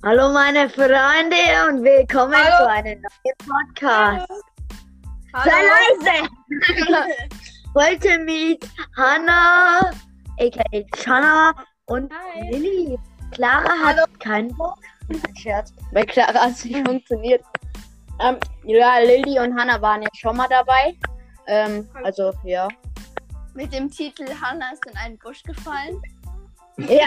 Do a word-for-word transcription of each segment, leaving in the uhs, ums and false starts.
Hallo meine Freunde und willkommen Hallo. zu einem neuen Podcast. Hallo. Sei leise! Heute mit Hannah, aka Shanna und Hi. Lilly. Clara hat Hallo. keinen Bock. Ein Scherz. Bei Clara hat es nicht funktioniert. Ähm, ja, Lilly und Hannah waren ja schon mal dabei. Ähm, also, ja. Mit dem Titel Hannah ist in einen Busch gefallen. Ja.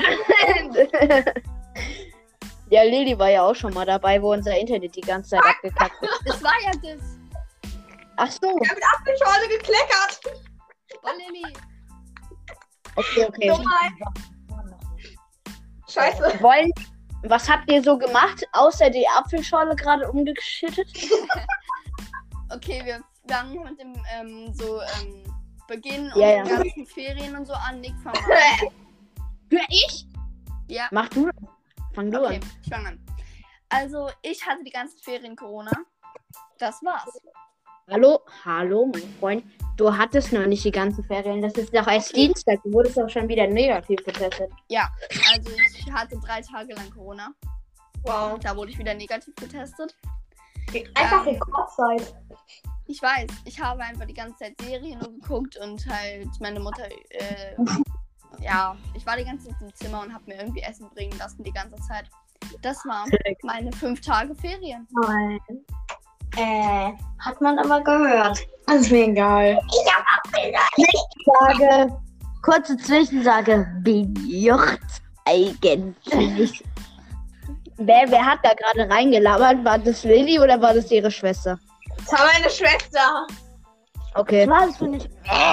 Ja, Lilly war ja auch schon mal dabei, wo unser Internet die ganze Zeit abgekackt ist. Das war ja das. Ach so. Ich hab mit Apfelschorle gekleckert. Oh, Lilly. Okay, okay. Nochmal. Scheiße. Wollen, was habt ihr so gemacht, außer die Apfelschorle gerade umgeschüttet? Okay, wir fangen mit dem ähm, so ähm, Beginn Ja, ja. unserer ganzen Ferien und so an. Nick, fang mal an. Für ich? Ja, Mach du. Fang du okay, an. ich fange an. Also, ich hatte die ganzen Ferien Corona. Das war's. Hallo, hallo, mein Freund. Du hattest noch nicht die ganzen Ferien. Das ist doch erst Dienstag. Du wurdest doch schon wieder negativ getestet. Ja, also ich hatte drei Tage lang Corona. Wow. Da wurde ich wieder negativ getestet. Einfach Ähm, Rekordzeit. Ich weiß, ich habe einfach die ganze Zeit Serien nur geguckt und halt meine Mutter, äh, ja, ich war die ganze Zeit im Zimmer und habe mir irgendwie Essen bringen lassen die ganze Zeit. Das waren meine fünf Tage Ferien. Nein. Äh, hat man aber gehört. Das ist mir egal. Ich hab Sage, kurze Zwischensage. Wie juckt's eigentlich? Wer, wer hat da gerade reingelabert? War das Lilly oder war das ihre Schwester? Das war meine Schwester. Okay. Was für nicht?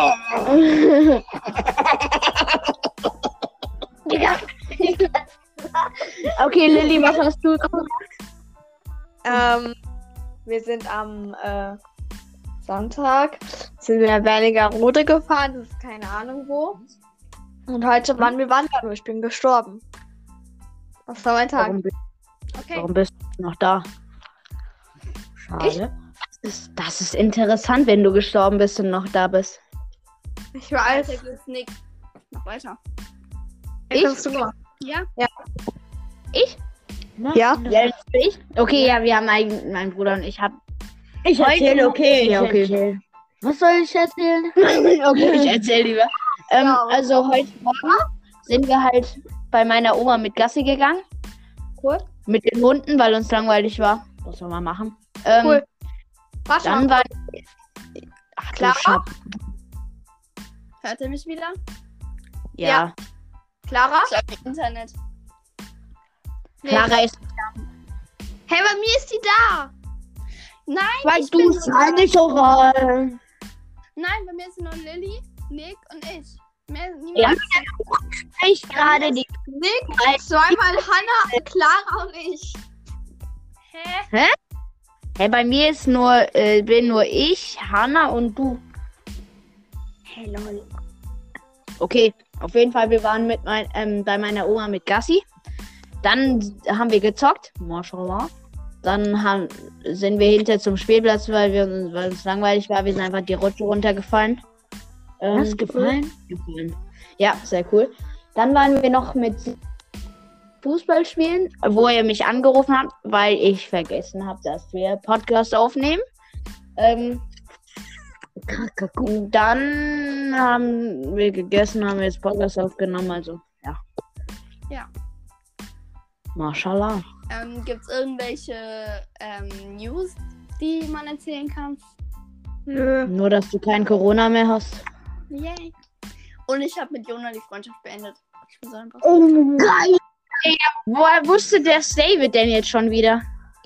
Okay, Lilly, was hast du? Ähm, wir sind am äh, Sonntag sind wir nach Wernigerode gefahren. Das ist keine Ahnung wo. Und heute waren wir wandern. Ich bin gestorben. Das war mein Tag. Warum, bist- Okay. warum bist du noch da? Schade. Das ist, das ist interessant, wenn du gestorben bist und noch da bist. Ich weiß. Weiter geht's, Nick. Mach weiter. Ich? Hast du gemacht? Ja? Ich? Ja. Ja, jetzt bin ich? Okay, ja, wir haben eigentlich, mein Bruder und ich haben. Ich erzähle, okay, Ja, ich okay. erzähle. Was soll ich erzählen? Okay, ich erzähle lieber. Ähm, Ja. also heute Morgen sind wir halt bei meiner Oma mit Gassi gegangen. Cool. Mit den Hunden, weil uns langweilig war. Was soll man machen? Ähm, Cool. Warte Dann mal. war. Ach, du Clara? Schnapp. Hört ihr mich wieder? Ja. Ja. Clara? Ich habe Internet. Clara ist. Hey, bei mir ist die da. Nein, Weil ich du bin sei nicht so rein. Nein, bei mir sind nur Lilly, Nick und ich. Mehr, niemand. Ja. Ich gerade die. Nick, zweimal Hannah, Clara und ich. Hä? Hey, bei mir ist nur, äh, bin nur ich, Hannah und du. Hey, lol. Okay, auf jeden Fall, wir waren mit mein, ähm, bei meiner Oma mit Gassi. Dann haben wir gezockt. Mashallah. Dann haben, sind wir hinter zum Spielplatz, weil, wir, weil uns langweilig war. Wir sind einfach die Rutsche runtergefallen. Ähm, Was, gefallen? gefallen? Ja, sehr cool. Dann waren wir noch mit Fußball spielen, wo ihr mich angerufen habt, weil ich vergessen habe, dass wir Podcast aufnehmen. Ähm, dann haben wir gegessen, haben wir jetzt Podcast aufgenommen, also ja. Ja. Mashallah. Ähm, gibt's irgendwelche ähm, News, die man erzählen kann? Nö. Nur, dass du kein Corona mehr hast. Yay. Und ich habe mit Jona die Freundschaft beendet. Ich bin so einfach. Oh, geil. Ey, woher wusste der David denn jetzt schon wieder?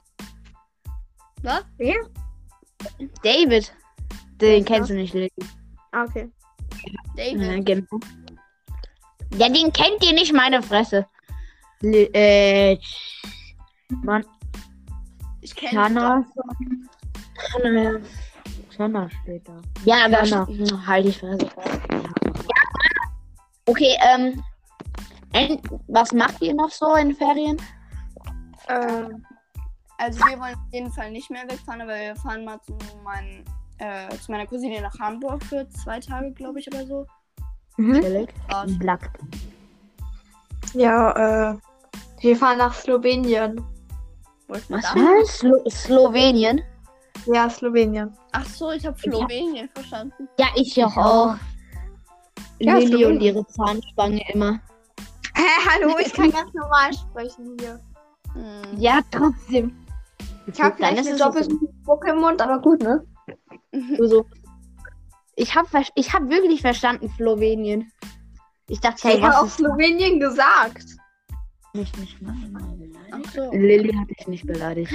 Was? Wer? David. Wer Den ist kennst das? du nicht, Lilly. Ah, okay. David. Ja, genau. Ja, den kennt ihr nicht, meine Fresse. Li- äh, Mann, Ich kenne Shanna. Shanna. Shanna steht da. Ja, aber Shanna. sch- halt die Fresse. Ja. Okay, ähm, en- was macht ihr noch so in Ferien? Ähm, Also wir wollen auf jeden Fall nicht mehr wegfahren, aber wir fahren mal zu, meinen, äh, zu meiner Cousine nach Hamburg für zwei Tage, glaube ich, oder so. mhm. Chillig. Raus. Black. Ja, äh, Wir fahren nach Slowenien. Wo ist Was das? war Slo Slowenien? Ja, Slowenien. Ach so, ich habe Slowenien verstanden. Ja, ich ja auch. Ja, Lilly Slowenien. und ihre Zahnspange immer. Hä, hallo, ich kann ganz normal sprechen hier. Hm. Ja, trotzdem. Ich habe Dann vielleicht ist eine es Doppelspucke im Mund, aber gut, ne? so. so. Ich habe ich hab wirklich verstanden, Slowenien. Ich dachte, Hey, ich so, habe was auch ist Slowenien gesagt. nicht, nicht mal Ach so. Lilly hat dich nicht beleidigt.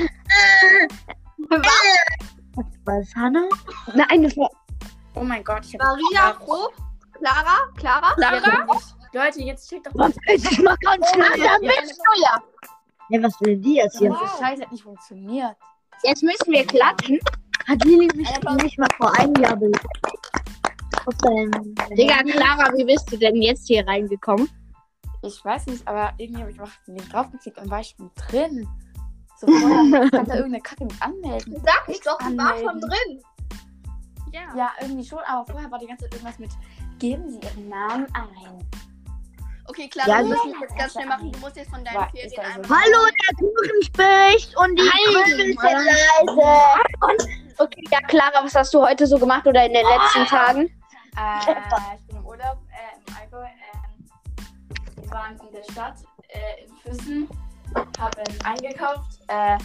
Was war Hannah? Nein, das war. Oh mein Gott, ich hab Maria, Hoch, Clara, Clara. Clara? Leute, jetzt checkt doch mal. Ich mach ganz schnell, da bist du ja. Ja, was will die jetzt hier? Diese Scheiße hat nicht funktioniert. Jetzt müssen wir klatschen. Hat Lilly mich nicht mal vor einem Jahr beleidigt? Auf deinem Digga, Clara, wie bist du denn jetzt hier reingekommen? Ich weiß nicht, aber irgendwie habe ich auf den Link draufgeklickt und war ich schon drin. So vorher kann da irgendeine Kacke mit anmelden. Sag ich doch, du warst schon Anmelden. drin. Ja. Ja, irgendwie schon, aber vorher war die ganze Zeit irgendwas mit geben Sie Ihren Namen ein. Okay, Clara, Ja, du musst ja, es jetzt ja, ganz ja, schnell machen. ja. Du musst jetzt von War- deinen ist Ferien also- einmal... Hallo, der Kuchen spricht und die Krümel sind leise. Okay, ja, Clara, was hast du heute so gemacht oder in den letzten Tagen? Äh, ich bin im Urlaub äh, im Allgäu. Äh, wir waren in der Stadt, äh, in Füssen, haben eingekauft. Äh,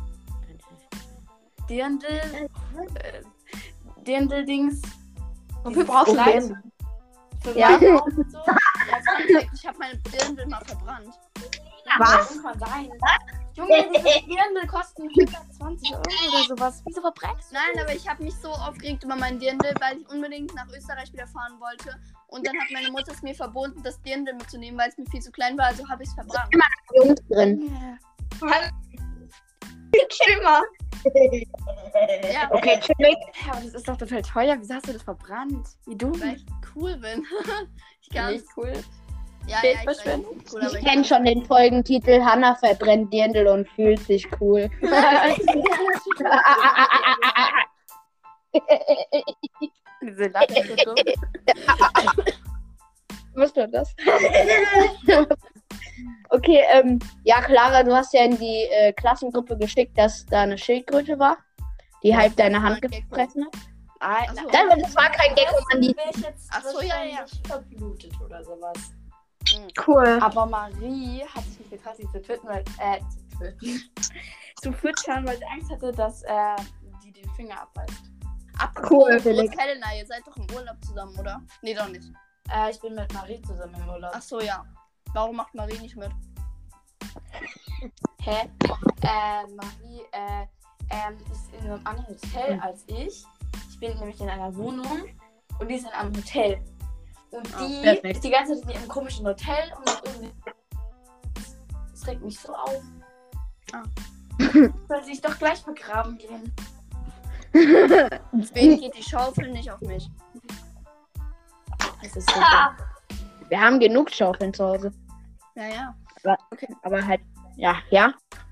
Dirndl, äh, Dirndl-Dings. Wofür brauchst du Kleid den? für Ja. Weihnachten und so. Ich habe meine Dirndl mal verbrannt. Was? Das kann sein. Junge, diese Dirndl kosten hundertzwanzig Euro oder sowas. Wieso verbrennst du? Nein, aber ich habe mich so aufgeregt über meinen Dirndl, weil ich unbedingt nach Österreich wieder fahren wollte. Und dann hat meine Mutter es mir verboten, das Dirndl mitzunehmen, weil es mir viel zu klein war. Also habe ich es verbrannt. Jungs drin. Ja. Chill mal. Ja, Okay, chillig. Ja, aber das ist doch total teuer. Wieso hast du das verbrannt? Wie dumm. weil ich cool bin. Ich kann Nicht cool. Ja, Geld ja, ich weiß, verschwenden. cool, aber Ich ich kenne kann- schon den Folgentitel. Hannah verbrennt Dirndl und fühlt sich cool. Diese Lache ist so dumm. Was war das? Okay, ähm, ja, Clara, du hast ja in die äh, Klassengruppe geschickt, dass da eine Schildkröte war, die halb deine Hand war ein Gecko. gefressen hat. Ah, Ach so. Nein, das war kein Gecko, man die. Ach so, ja, ja. wahrscheinlich verblutet oder sowas. Cool. Aber Marie hat sich nicht getraut, sie zu töten, weil, äh, zu töten. zu füttern, weil sie Angst hatte, dass äh, die den Finger abbeißt. Apropos, Cool, wo ist Felix. Helena? Ihr seid doch im Urlaub zusammen, oder? Nee, doch nicht. Äh, ich bin mit Marie zusammen im Urlaub. Ach so, ja. Warum macht Marie nicht mit? Hä? Äh, Marie, äh, ähm, ist in einem anderen Hotel als ich. Ich bin nämlich in einer Wohnung und die ist in einem Hotel. Und Ah, die perfekt. ist die ganze Zeit in ihrem komischen Hotel und macht irgendwie. Das regt mich so auf. Ah. Soll sich doch gleich vergraben gehen. Deswegen geht die Schaufel nicht auf mich. Das ist so dumm. Wir haben genug Schaufeln zu Hause. Ja, ja. Aber halt, ja, ja.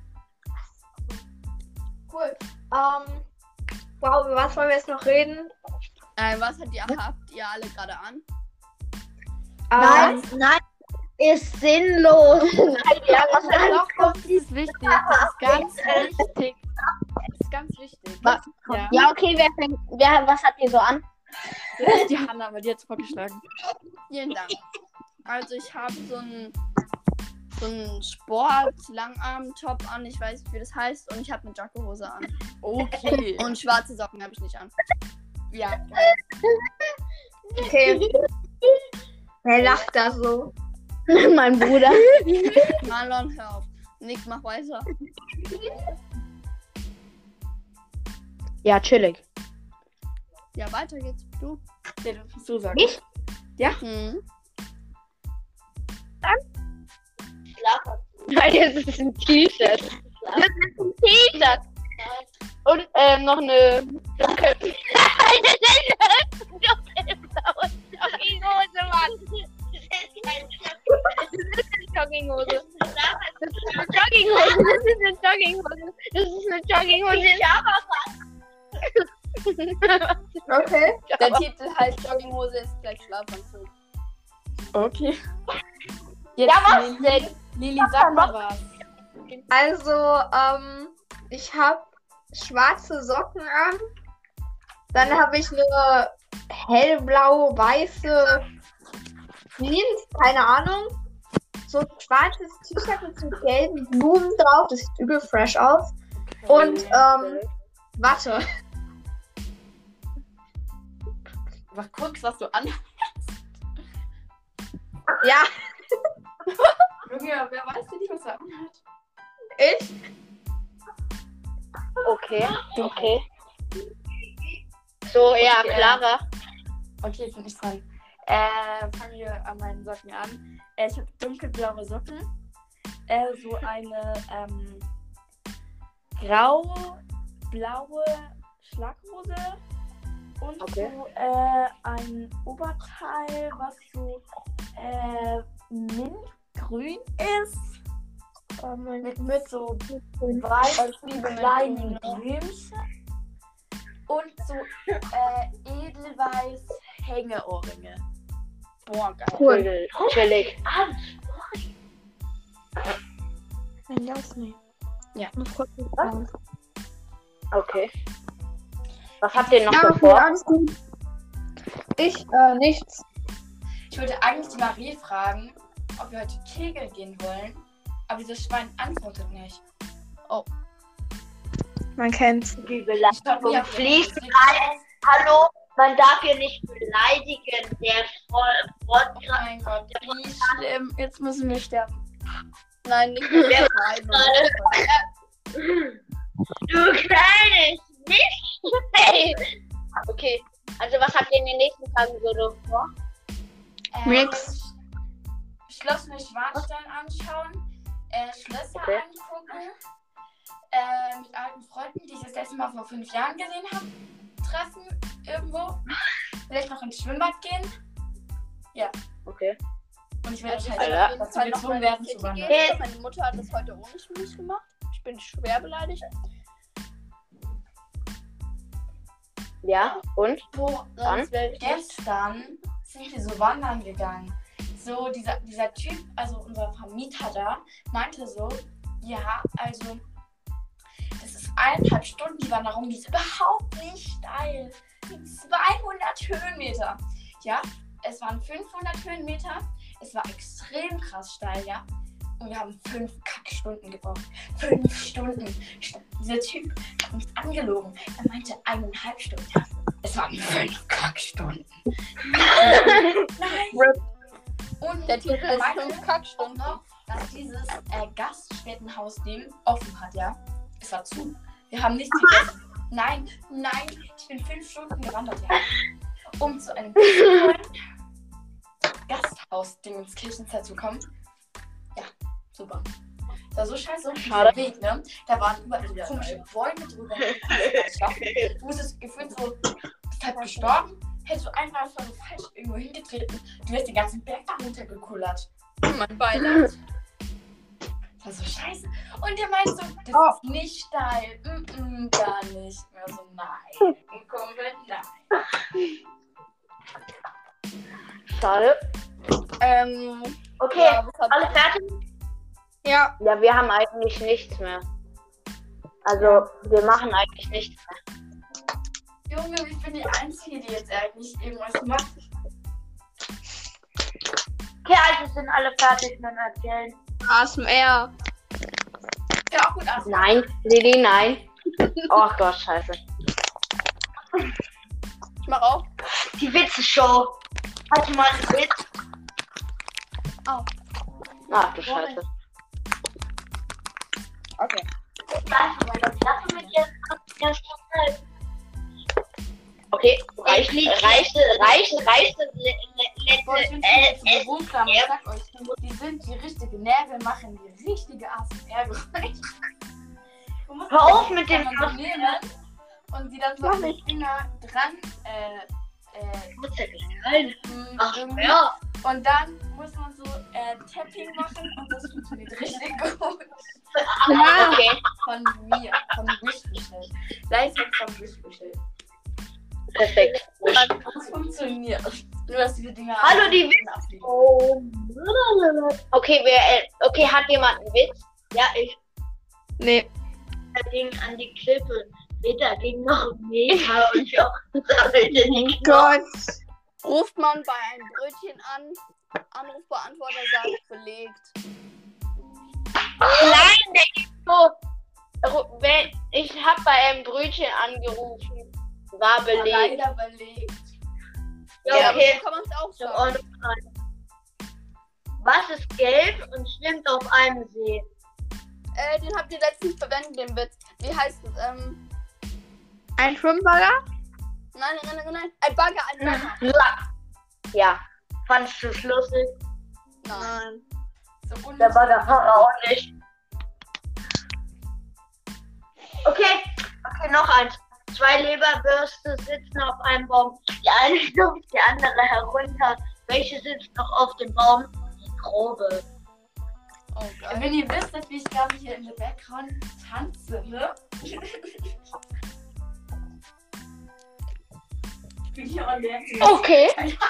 Cool. Ähm, wow, über was wollen wir jetzt noch reden? Äh, was hat ihr, habt ihr alle gerade an? Nein, nein, ist sinnlos. Nein, ja, was Doch, doch, das ist wichtig. Das ist ganz wichtig. Das ist ganz wichtig. Was? Ja. Ja, okay, wer fängt, wer, was hat ihr so an? Das ist die Hanna, aber die hat es vorgeschlagen. Vielen Dank. Also ich habe so einen so einen Sport-Langarm-Top an. Ich weiß nicht, wie das heißt. Und ich habe eine Jackerhose an. Okay. Und schwarze Socken habe ich nicht an. Ja. Okay. Wer lacht da so? Mein Bruder. Marlon, hör auf. Nick, mach weiter. Ja, chillig. Ja, weiter geht's. Du. Ja, das musst du sagen. Ich? Hm. Weil das ist ein T-Shirt. Das ist ein T-Shirt. Und ähm, noch eine Jogginghose, Mann. Das ist eine Jogginghose. Das ist eine Jogginghose. Das ist eine Jogginghose. Das ist eine Jogginghose. Okay. Der Titel heißt Jogginghose ist gleich Schlafanzug. Okay. Jetzt Ja, was Lilly. denn? Lili, sag mal was. Also, ähm, ich habe schwarze Socken an. Dann habe ich eine hellblau, weiße Jeans, keine Ahnung. So ein schwarzes T-Shirt mit so gelben Blumen drauf. Das sieht übel fresh aus. Und, ähm, warte. Was guckst, was du an? Ja, Junge, wer weiß denn nicht, was er anhat? ich. Okay, okay. So, ja, Okay, Clara. Okay, jetzt bin ich dran. Äh, fangen wir an meinen Socken an. Äh, ich habe dunkelblaue Socken. Äh, so eine, ähm, grau-blaue Schlaghose. Und Okay. so, äh, ein Oberteil, was so, äh, mintgrün ist. Oh mein Mit, mit so weißen kleinen Blümchen. Und so, äh, edelweiß Hängeohrringe. Boah, geil. Cool. Chillig. Mein Jas nicht. Ja. Muss kurz sagen. Okay. Was habt ihr noch Ja, so okay, vor? alles gut. Ich, äh, nichts. Ich wollte eigentlich die Marie fragen, ob wir heute Kegeln gehen wollen. Aber dieses Schwein antwortet nicht. Man kennt's. Die Ich glaub, Beleidigung wir fließt haben- rein. Hallo, man darf hier nicht beleidigen. Der Oh Freund mein Gott, wie schlimm. Jetzt müssen wir sterben. Nein, nicht mehr. Der- Nein, Du kleines nicht. Hey. Okay, also was habt ihr in den nächsten Tagen so vor? Äh, Nix. Schloss Neuschwanstein anschauen. Äh, Schlösser Okay. angucken. Äh, mit alten Freunden, die ich das letzte Mal vor fünf Jahren gesehen habe. Treffen irgendwo. Vielleicht noch ins Schwimmbad gehen. Okay. Und ich werde Also ich halt Alter. dazu gezwungen werden zu wandern. Hey. Meine Mutter hat das heute ohne mich gemacht. Ich bin schwer beleidigt. Ja, und? Boah, Sonst werde ich nicht. gestern sind wir so wandern gegangen. So, dieser, dieser Typ, also unser Vermieter da, meinte so, ja, also, das ist eineinhalb Stunden die Wanderung, die ist überhaupt nicht steil. Die zweihundert Höhenmeter. Ja, es waren fünfhundert Höhenmeter. Es war extrem krass steil, ja. Und wir haben fünf Kackstunden gebraucht. Fünf Stunden. Dieser Typ hat uns angelogen. Er meinte eineinhalb Stunden. Es waren fünf Kackstunden. Nein. Und Der Titel er ist meinte fünf auch Kackstunden. noch, dass dieses äh, Gaststättenhaus-Ding offen hat, ja. Es war zu. Wir haben nichts gegessen. Nein, nein. Ich bin fünf Stunden gewandert, ja. Um zu einem Gasthaus-Ding ins Kirchenzeit zu kommen. Ja, super. Das war so scheiße. Und Schade. dieser Weg, ne? Da waren überall so komische Bäume drüber. Du musstest gefühlt so, bist halt gestorben, hättest du einmal von falsch irgendwo hingetreten, du wärst den ganzen Berg da runtergekullert. Mein Beileid. Das war so scheiße. Und der meinte so, das ist nicht steil. Mm-mm, gar nicht. Mehr so, nein. Komplett nein. Schade. Ähm, Okay, ja, was alle habt ihr? fertig? Ja. Ja, wir haben eigentlich nichts mehr. Also, wir machen eigentlich nichts mehr. Junge, ich bin die Einzige, die jetzt eigentlich irgendwas macht. Okay, also sind alle fertig mit dem Erzählen. A S M R. Ja, auch gut aus. Nein, Lili, nein. Oh Gott, scheiße. Ich mach auch. Die Witze-Show. Hatte mal einen Witz. Au. Ach du Scheiße. Okay. Okay, reicht, reicht, reicht, reicht, Boah, ich bin äh, schon jetzt berufen, ich sag euch, die sind die richtige Nägel machen, die richtige A S M R-Geräusche. Hör auf mit dem so nehmen und sie dann so an die Finger dran, äh, äh, m, Ach irgendwie. ja. Und dann muss man so äh, Tapping machen und das funktioniert richtig gut. Okay. Von mir, von Wish bestellt. Leistung von Wish bestellt. Perfekt. Das funktioniert. Nur, dass diese Dinger... Hallo, die abfliegen. Oh. Okay, wer, äh, okay, hat jemand einen Witz? Ja, ich. Nee. Er ging an die Klippe. Peter ging noch einen Meter und Jochen sammelte die Knochen. Gott. Ruft man bei einem Brötchen an, Anrufbeantworter sagt belegt. Nein, der ging so. Ru- wenn- Ich habe bei einem Brötchen angerufen. War Ja, belegt. leider belegt. Ja, Ja, okay. aber so kann man es auch Ich hab sagen. auch noch einen. Was ist gelb und schwimmt auf einem See? Äh, den habt ihr letztens verwendet, den Witz. Wie heißt es? Ähm, Ein Schwimmbagger? nein, nein, nein, nein. Ein Bagger, ein Bagger. Ja. Ja. Fandst du es lustig? Nein. So Der unnötig. Bagger war auch nicht. Okay. Okay, noch eins. Zwei Leberwürste sitzen auf einem Baum. Die eine stumpft die andere herunter. Welche sitzt noch auf dem Baum? Die grobe. Oh, geil. Wenn ihr wisst, dass ich gerade hier in der Background tanze, ne? Ich bin hier allergisch. Okay.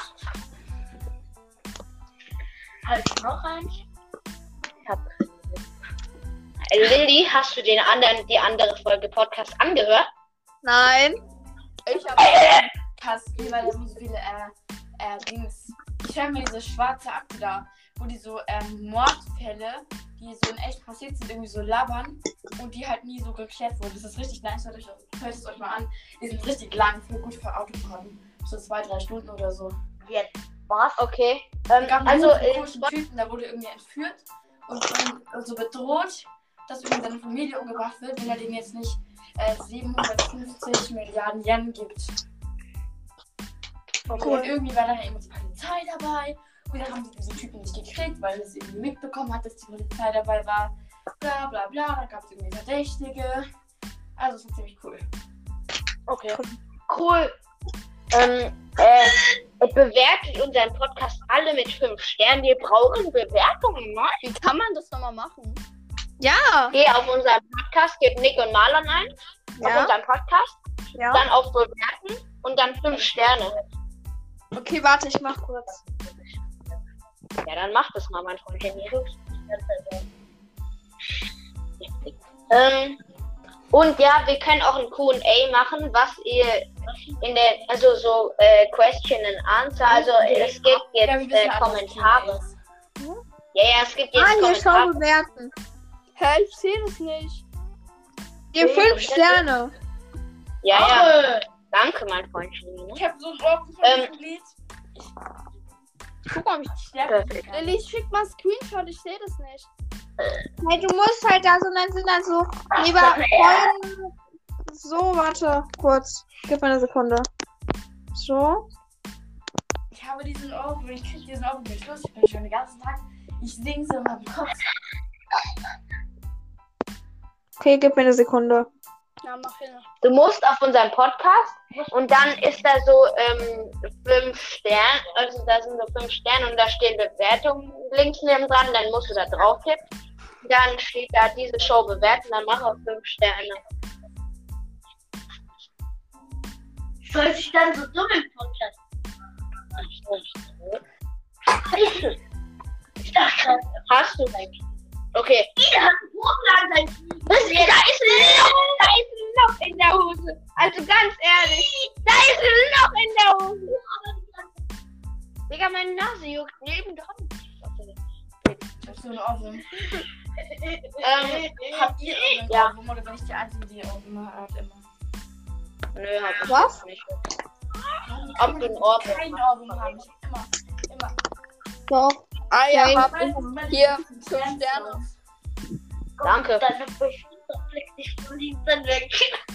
Halt noch eins. Ich hab keine Lust. Äh, Lilly, hast du den anderen, die andere Folge Podcast angehört? Nein. Ich hab. Kasten, weil da sind so viele, äh, äh, Dings. Ich höre mir diese schwarze Akte da, wo die so, ähm, Mordfälle, die so in echt passiert sind, irgendwie so labern und die halt nie so geklärt wurden. Das ist richtig nice, hört, euch, hört es euch mal an. Die sind richtig lang, für gut für Autofahren. So zwei, drei Stunden oder so. Jetzt. Was? Okay. Da Ähm, gab also, also, einen äh, komischen Typen, der wurde irgendwie entführt und, und, und so bedroht, dass irgendwie seine Familie umgebracht wird, wenn er denen jetzt nicht äh, siebenhundertfünfzig Milliarden Yen gibt. Und irgendwie war dann eben die Polizei dabei. Und dann haben die diesen Typen nicht gekriegt, weil es irgendwie mitbekommen hat, dass die Polizei dabei war. Bla bla bla. Dann gab es irgendwie Verdächtige. Also es war ziemlich cool. okay. Cool. Ähm, äh, bewertet unseren Podcast alle mit fünf Sternen. Wir brauchen Bewertungen, ne? Wie kann man das nochmal machen? Ja. Geh auf unseren Podcast, gib Nick und Marlon ein. Auf Ja. unseren Podcast. Ja. Dann auf Bewerten und dann fünf Sterne. Okay, warte, ich mach kurz. Ja, dann mach das mal, mein Freund. Ähm, und ja, wir können auch ein Q und A machen, was ihr in der, also so äh, Question and Answer, also es gibt Ja, wir jetzt wissen äh, ja alles, Kommentare. was Ja, ja, es gibt jetzt Ah, hier, schau Kommentare. bewerten. Hä, ich sehe das nicht. Hier, fünf Sterne. Ja, ja. Danke, mein Freund. Ich hab so einen Ordner von Ähm, diesem Lied. Guck mal, ich Sterbe Perfekt. nicht. Lilly, schick mal Screenshot, ich sehe das nicht. Hey, du musst halt da so, dann sind dann so lieber Folgen. So, warte, kurz. Gib mir eine Sekunde. So. Ich habe diesen Ohrwurm, ich krieg diesen Ohrwurm nicht los. Ich bin schon den ganzen Tag, ich sing so in meinem Kopf. Okay, gib mir eine Sekunde. Ja, mach hin. Du musst auf unseren Podcast und dann ist da so ähm, fünf Sterne, also da sind so fünf Sterne und da stehen Bewertungen links neben dran, dann musst du da draufklicken. Dann steht da diese Show bewerten, dann mach auf fünf Sterne. Soll ich dann so dumm im Podcast? Ich dachte, hast du eigentlich? Okay. Jeder hat hochladen sein. Da ist ein Loch, da ist ein Loch in der Hose. Also ganz ehrlich, da ist ein Loch in der Hose. Digga, meine Nase juckt neben dran. Ich hab so einen Ohrwurm. Ähm, Habt ihr irgendeinen Ja. Ohrwurm oder bin ich die Einzige, die Ohrwürmer hat immer? nö, hab ich Was? nicht. Ob du einen Ohrwurm Keinen Ohrwurm haben. Ich immer, immer. Doch. Ah ja, Okay. hab ich. Meistens, Hier, wenn ich fünf Fans Sterne. aus. Danke. Deine fliegt dich von dann weg.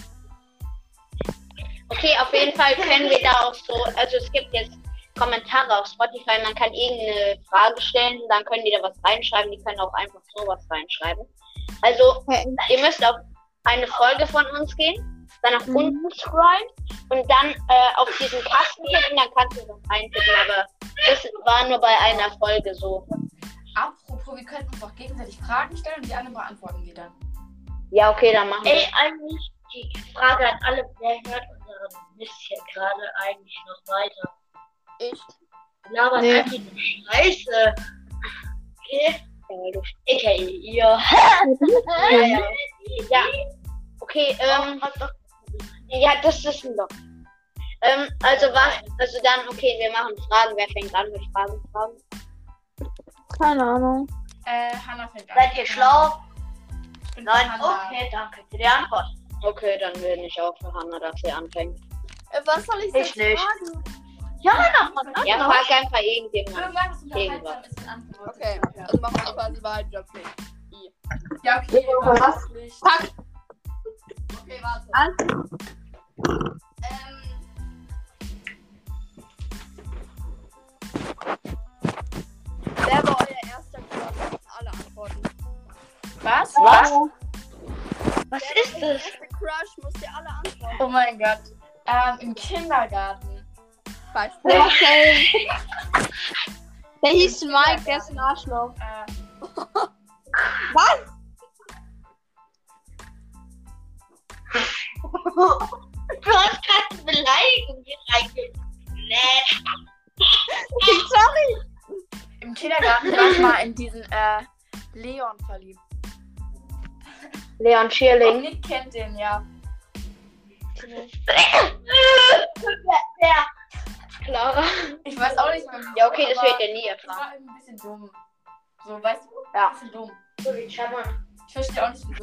Okay, auf jeden Fall können wir da auch so, also es gibt jetzt Kommentare auf Spotify, man kann irgendeine Frage stellen, dann können die da was reinschreiben, die können auch einfach sowas reinschreiben. Also, Hey. ihr müsst auf eine Folge von uns gehen, dann nach Mhm. unten scrollen und dann äh, auf diesen Kasten klicken, dann kannst du das eintippen, aber das war nur bei einer Folge so. Apropos, wir könnten uns auch gegenseitig Fragen stellen und die anderen beantworten die dann. Ja, okay, dann machen wir. Ey, eigentlich die Frage an alle, wer hört unseren Mist hier gerade eigentlich noch weiter? Ich. labert Nee. einfach nur Scheiße. Okay. Ja, weil du A K ihr. ja, ja. Ja. Okay, ähm. Ja, das ist ein Loch. Ähm, also was, also dann, okay, wir machen Fragen. Wer fängt an mit Fragen? Fragen? Keine Ahnung. Äh, Hannah fängt an. Seid ihr schlau? Ich bin Nein, für Hannah. okay, danke für die Antwort. Okay, dann bin ich auch für Hannah, dass sie anfängt. Äh, was soll ich Ich jetzt nicht. fragen? Ja, noch Ja, frag einfach irgendjemand. Irgendwann ist Irgendwas. unterhaltsam, ist eine Antwort. Okay, also machen wir quasi Wahrheit oder Pflicht. I. Ja, okay. Was? was? Nicht. Fuck. Okay, warte. An- Ähm. Wer war euer erster Crush? Alle antworten. Was? Was? Was Wer ist war euer das? erster Crush? Müsst ihr alle antworten. Oh mein Gott. Ähm, im Kindergarten. Beispiel. Der, der hieß Mike, der ist ein Arschloch. Äh, Du hast gerade eine Beleidigung hier reingelegt. Sorry. Im Kindergarten war ich mal in diesen äh, Leon verliebt. Leon Und Schierling. Nick kennt den, ja. Wer? Clara. Ich weiß auch nicht mehr. wieso, Ja, okay, das aber wird ihr nie Ich erfahren. war irgendwie ein bisschen dumm. So, weißt du? Ja. Ein bisschen dumm. Schau mal. Ich verstehe auch nicht wieso.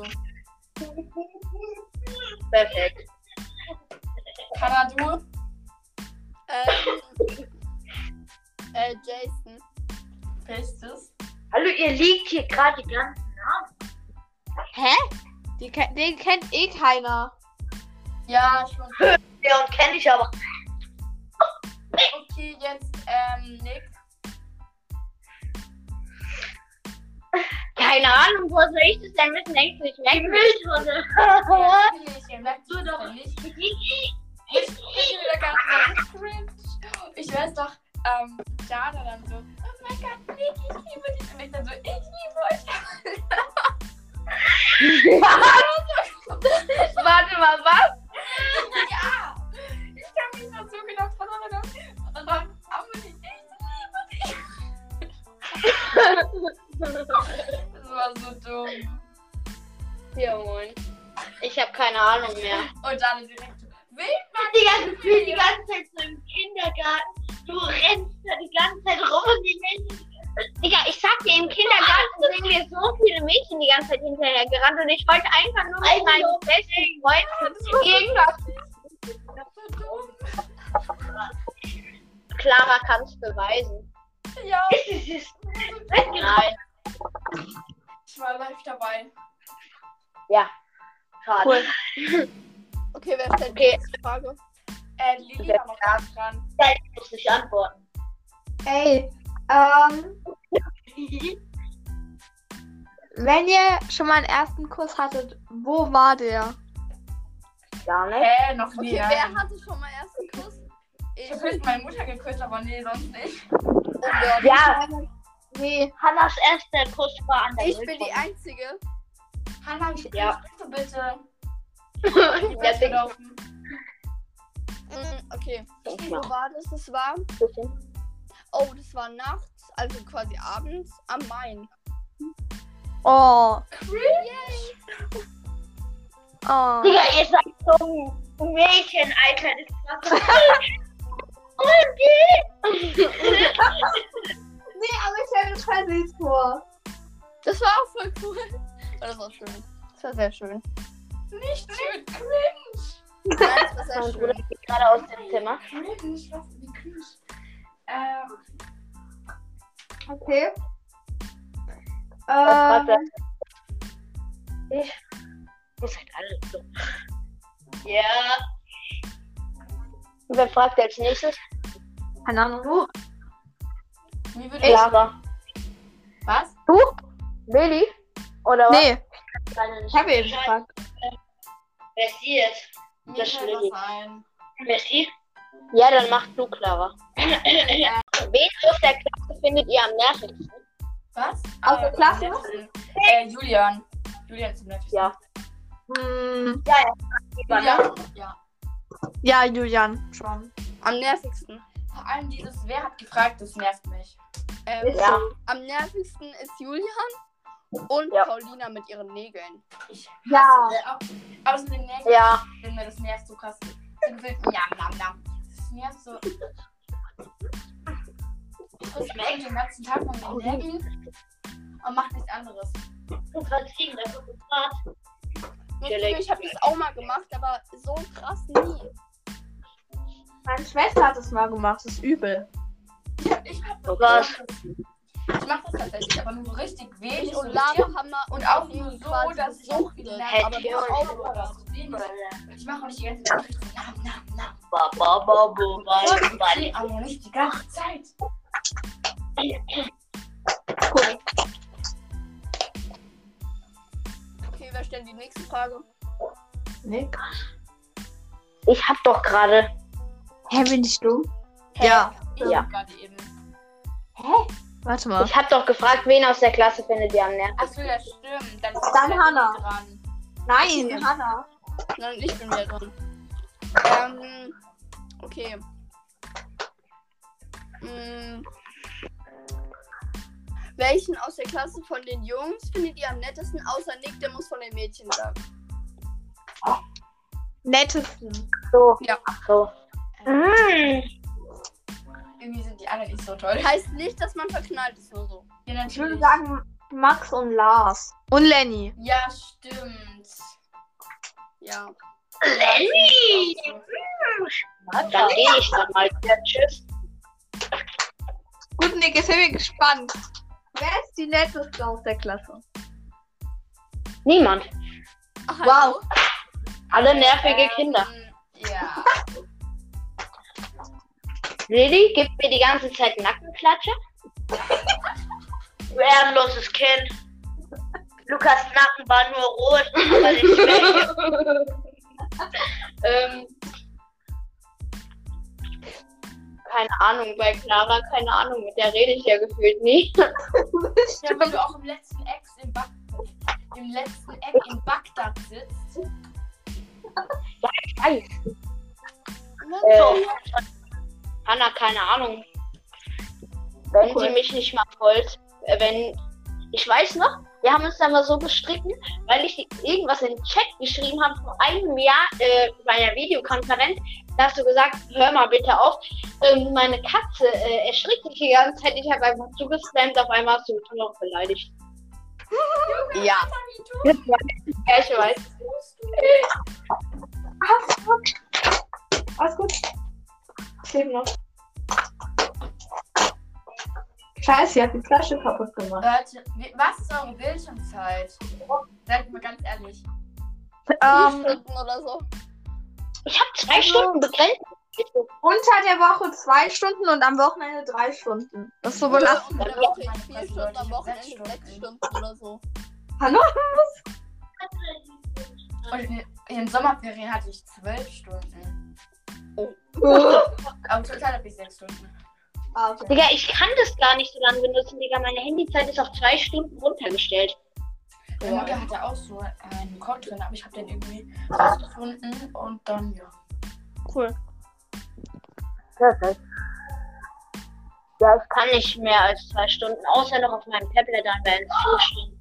Perfekt. Hannah, du? Ähm. Äh, Jason. Bestes. Hallo, ihr liegt hier gerade die ganzen Namen. Hä? Die, ke- den kennt eh keiner. Ja, schon. Leon kenne ich aber. Okay, jetzt, ähm, Nick. Keine Ahnung, wo soll ich das denn wissen? Denkst du, ich merke mich? Oder? Ja, natürlich, ihr merkt es doch nicht. Ich bin wieder ganz ganz cringe. Ich weiß doch, ähm, Jana dann so, oh mein Gott, Nick, ich liebe dich. Und ich dann so, ich liebe euch. Warte mal, was? Ja, ich kann mich noch so genau dran erinnern. Und dann haben wir die, ich liebe dich. Das war so dumm. Ja, moin. Ich habe keine Ahnung mehr. Und dann direkt so, Wild, Die ganze, Gefühl, die ganze Zeit so im Kindergarten. Du rennst da die ganze Zeit rum und die Mädchen. Digga, ich sag dir, im Kindergarten sind mir so viele Mädchen die ganze Zeit hinterher gerannt und ich wollte einfach nur mit meinen besten Freunden irgendwas. so dumm. Clara kann's beweisen. Ja, Nein. ich war live dabei. Ja. Schade. Cool. Okay, wer stellt Okay. die nächste Frage? Äh, Lili war noch gar nicht dran. Ich muss nicht antworten. Ey, ähm, wenn ihr schon mal einen ersten Kuss hattet, wo war der? Gar nicht. Hä, noch nie. Okay, nein. wer hatte schon mal ersten Kuss? Ich hab höchstens meine Mutter geküsst, aber nee, sonst nicht. Und wer? Ja, Nee. Hannas erster Kuss war an der Ich bin die Mülltonne. Einzige. Hannah, wie Ja. bist du bitte? Die Ja, Beste Digga. laufen. Mm, okay. Ich Wo mach. war das? Das war. Bisschen. Oh, das war nachts, also quasi abends am Main. Oh. Oh. Digga, ihr seid so ein Mädchen, Alter. Das war so okay. Nee, aber ich stelle mir voll süß vor. Das war auch voll cool. Oh, das war schön. Das war sehr schön. Nicht schön, cringe. Nein, das war sehr Mein Bruder schön. geht gerade aus dem Zimmer. Cringe, was? Wie cringe? Ähm, Okay. Was Ähm, war Ich. Ihr seid alle so. Ja. Wer fragt als nächstes? keine Ahnung. Du? wie würde Clara. Was? Du? Lilly? Oder was? Nee, Keine ich habe eben gefragt. Wer ist die jetzt? Mir Das fällt Lilly. was ein. Wer ist die? Ja, dann mach du, Clara. Wen aus der Klasse findet ihr am nervigsten? Was? Aus der Ah, Klasse? am letzten. Äh, Julian. Julian ist im nettesten. Ja. Hm, Julian? Ja. ja, Julian, schon. Am nervigsten. Vor allem dieses, wer hat gefragt, das nervt mich. Ähm, Ja. Am nervigsten ist Julian und Ja. Paulina mit ihren Nägeln. Ich hasse Ja. äh, auch, außer den Nägeln. Ja. Ich finde, das nervt so krass. So gefühlt, njam, njam, njam. Das nervt so. Ich muss mir den ganzen Tag mal mit den Nägeln und mach nichts anderes. Natürlich, ich habe das auch mal gemacht, aber so krass nie. Meine Schwester hat es mal gemacht, das ist übel. Ja, ich hab Oh Gott. Ich mach das tatsächlich, aber nur richtig wenig. Ich so und richtig- Lara haben mal Und auch irgendwie nur so, quasi dass ich gesucht auch wieder gelernt, Hätte aber ich das auch auch nicht oder so wenig. Ich mache auch nicht die ganze Zeit so nam, nam, nam. Ba, ba, ba, bo, ba, ba. Nee, aber nicht die ganze Zeit. Okay, wer stellt die nächste Frage? Nick. Ich hab doch gerade. Hä, bin ich dumm? Hä? Ja. Ich Ja. hab gerade eben. Warte mal. Ich hab doch gefragt, wen aus der Klasse findet ihr am nervigsten? Achso, ja, stimmt. Dann, ist Dann wieder Hannah. Lilly dran. Nein, Hannah. Nein, ich bin wieder dran. Ähm, okay. Hm. Welchen aus der Klasse von den Jungs findet ihr am nettesten, außer Nick, der muss von den Mädchen sagen? Nettesten. So. Ja. So. Mm. Irgendwie sind die alle nicht so toll. Heißt nicht, dass man verknallt ist, nur so. Ja, Ich würde natürlich. sagen Max und Lars. Und Lenny. Ja, stimmt. Ja. Lenny! Dann gehe ich dann mal wieder. Tschüss. Gut, Nick, jetzt bin ich gespannt. Wer ist die netteste aus der Klasse? Niemand. Ach, Wow. Alle nervige Ähm, Kinder. Ja. Lilly gibt mir die ganze Zeit Nackenklatsche. Ehrenloses Kind. Lukas Nacken war nur rot, aber nicht schwäche. ähm, keine Ahnung, bei Clara, keine Ahnung, mit der rede ich ja gefühlt nie. Ja, wenn du auch im letzten Eck im, Bag im letzten Eck in Bagdad sitzt. Weiß. Äh, Hanna, keine Ahnung. Wenn Cool. sie mich nicht mal wollt, äh, wenn, ich weiß noch, wir haben uns da mal so gestritten, weil ich irgendwas in den Chat geschrieben habe vor einem Jahr äh, bei einer Videokonferenz. Da hast du gesagt, hör mal bitte auf, ähm, meine Katze äh, erschrickt sich die ganze Zeit. Ich habe einfach zugespammt, auf einmal hast du mich noch beleidigt. Ja. Ja, ich weiß. Alles gut. Ich lebe noch. Scheiße, sie hat die Flasche kaputt gemacht. Leute, wie- was ist eure Bildschirmzeit? Seid mal ganz ehrlich. Vier Ähm, Stunden oder so. Ich habe zwei Stunden begrenzt. unter der Woche zwei Stunden und am Wochenende drei Stunden. Das ist so belastend. Unter der Woche ich vier Stunden, am Wochenende sechs Stunden oder so. Hallo? Und in, in den Sommerferien hatte ich zwölf Stunden. Ah, Aber total habe ich sechs Stunden. okay. Digga, ich kann das gar nicht so lange benutzen, Digga. Meine Handyzeit ist auf zwei Stunden runtergestellt. Meine Mutter hatte auch so einen Code drin, aber ich habe den irgendwie rausgefunden und dann, ja. Cool. Perfekt. Ja, ich kann nicht mehr als zwei Stunden, außer noch auf meinem Tablet, dann wären es vier Stunden.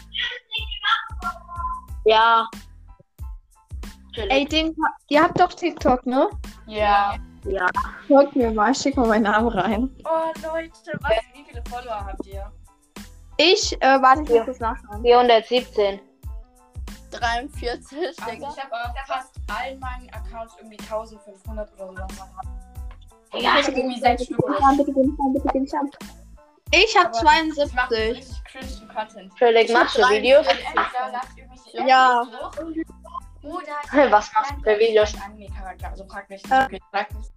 Ja. Ey, Ding, ihr habt doch TikTok, ne? Ja. Ja. Folgt mir mal, schick mal meinen Namen rein. Oh, Leute, was? Wie viele Follower habt ihr? Ich, äh, warte, ich Ja. muss das nachschauen. vierhundertsiebzehn. dreiundvierzig, Also Digga. ich habe auf fast allen meinen Accounts irgendwie eintausendfünfhundert oder so. Ja, Ich habe irgendwie sechs Stück oder so. Bitte gehen, bitte gehen, bitte gehen. Ich hab Aber Ich mache zweiundsiebzig. richtig cringe Content. Felix, machst du Videos? Also entweder lade ich irgendwelche Ja. Apps hoch, oder Hey, was machst du für Videos? Ein Anime-Charakter, also frag mich nicht. Äh. Okay, frag mich.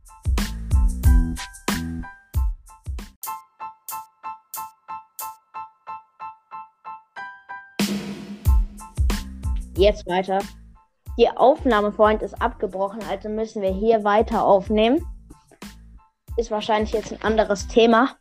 Jetzt weiter. Die Aufnahmefreund ist abgebrochen, also müssen wir hier weiter aufnehmen. Ist wahrscheinlich jetzt ein anderes Thema.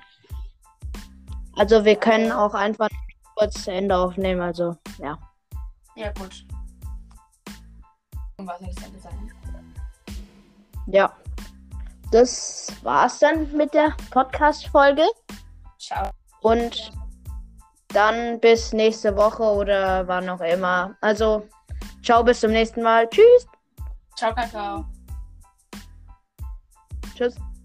Also wir können auch einfach kurz zu Ende aufnehmen, also ja. Ja, gut. Und was soll das Ende sein? Ja. das war's dann mit der Podcast-Folge. Ciao. Und dann bis nächste Woche oder wann auch immer. Also, ciao, bis zum nächsten Mal. Tschüss. Ciao, Kakao. Tschüss.